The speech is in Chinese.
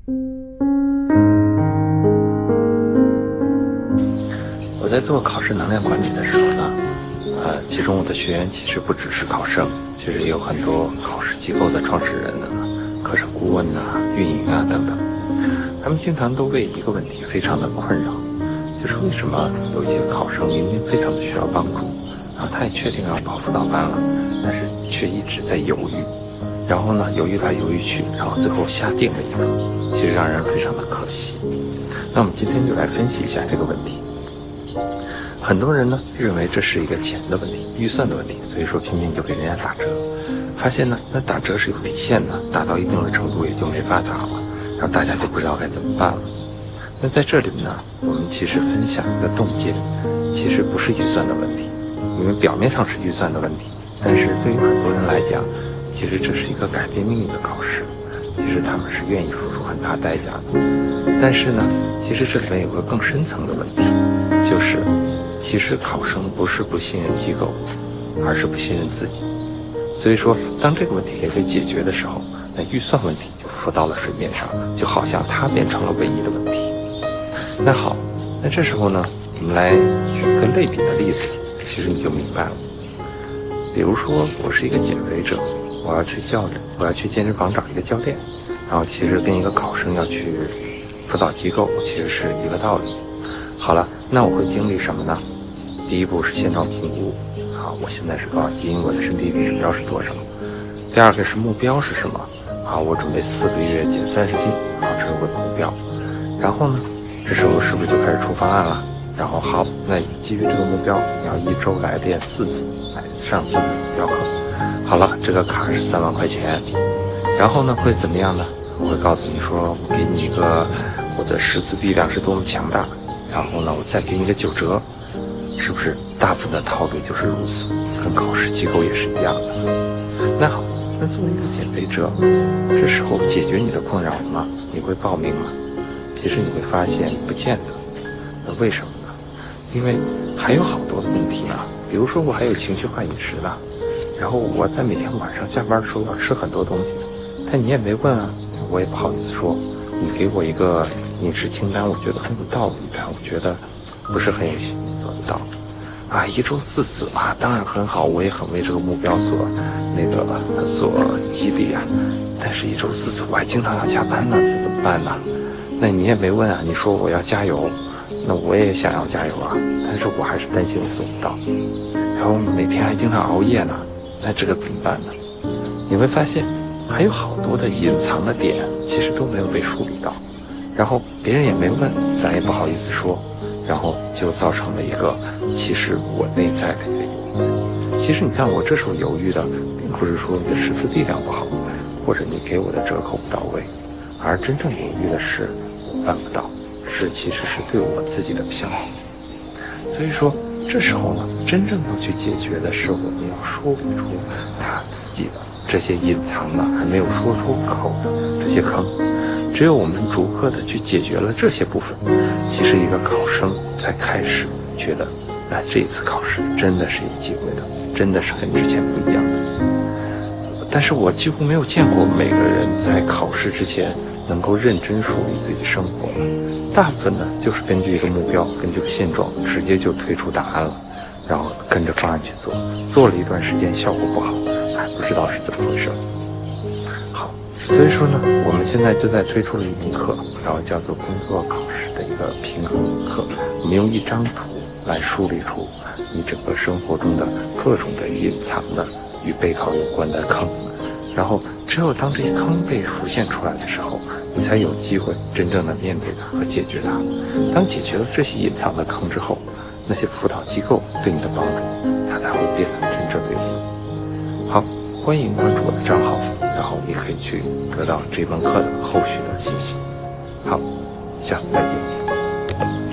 我在做考试能量管理的时候呢，其中我的学员其实不只是考生，其实也有很多考试机构的创始人课程顾问运营等等，他们经常都为一个问题非常的困扰，就是为什么有一些考生明明非常的需要帮助，他也确定要报辅导班了，但是却一直在犹豫，然后呢犹豫来犹豫去，然后最后下定了一个，其实让人非常的可惜。那我们今天就来分析一下这个问题。很多人呢认为这是一个钱的问题，预算的问题，所以说拼命就给人家打折，发现呢那打折是有底线的，打到一定的程度也就没法打了，然后大家就不知道该怎么办了。那在这里呢，我们其实分享一个洞见，其实不是预算的问题，因为表面上是预算的问题，但是对于很多人来讲，其实这是一个改变命运的考试，其实他们是愿意付出很大代价的。但是呢，其实这里面有个更深层的问题，就是其实考生不是不信任机构，而是不信任自己。所以说当这个问题也被解决的时候，那预算问题就浮到了水面上，就好像它变成了唯一的问题。那好，那这时候呢，我们来举一个类比的例子，其实你就明白了。比如说我是一个减肥者，我要去健身房找一个教练，然后其实跟一个考生要去辅导机构其实是一个道理。好了，那我会经历什么呢？第一步是现状评估，好，我现在是多少斤，我的身体指标是多少。第二个是目标是什么？好，我准备4个月减30斤，好，这是我的目标。然后呢，这时候是不是就开始出方案了？然后好，那基于这个目标，你要1周来练4次，来上4次私教课。好了，这个卡是3万块钱。然后呢，会怎么样呢？我会告诉你说，我给你一个我的识字力量是多么强大。然后呢，我再给你个9折，是不是？大部分的套路就是如此，跟考试机构也是一样的。那好，那作为一个减肥者，这时候解决你的困扰吗？你会报名吗？其实你会发现不见得。那为什么呢？因为还有好多的问题呢。比如说我还有情绪化饮食呢，然后我在每天晚上下班的时候要吃很多东西，但你也没问啊，我也不好意思说。你给我一个饮食清单，我觉得很有道理，但我觉得不是很有心做得到。1周4次当然很好，我也很为这个目标所激励啊。但是1周4次，我还经常要加班呢，这怎么办呢？那你也没问啊，你说我要加油，那我也想要加油啊，但是我还是担心我做不到。然后每天还经常熬夜呢，那这个怎么办呢？你会发现还有好多的隐藏的点，其实都没有被梳理到，然后别人也没问，咱也不好意思说，然后就造成了一个其实我内在的一个犹豫。其实你看我这时候犹豫的，并不是说你的识字力量不好，或者你给我的折扣不到位，而真正犹豫的是我办不到，其实是对我自己的不相信。所以说这时候呢，真正要去解决的是我们要梳理出他自己的这些隐藏的还没有说出口的这些坑。只有我们逐个的去解决了这些部分，其实一个考生才开始觉得这次考试真的是有机会的，真的是跟之前不一样的。但是我几乎没有见过每个人在考试之前能够认真梳理自己生活的，大部分呢就是根据一个目标，根据个现状，直接就推出答案了，然后跟着方案去做，做了一段时间效果不好，还不知道是怎么回事。好，所以说呢，我们现在就在推出了一门课，然后叫做工作考试的一个平衡课。我们用一张图来梳理出你整个生活中的各种的隐藏的与备考有关的坑，然后只有当这些坑被浮现出来的时候，你才有机会真正的面对它和解决它。当解决了这些隐藏的坑之后，那些辅导机构对你的帮助，它才会变得真正的有用。好，欢迎关注我的账号，然后你可以去得到这门课的后续的信息。好，下次再见。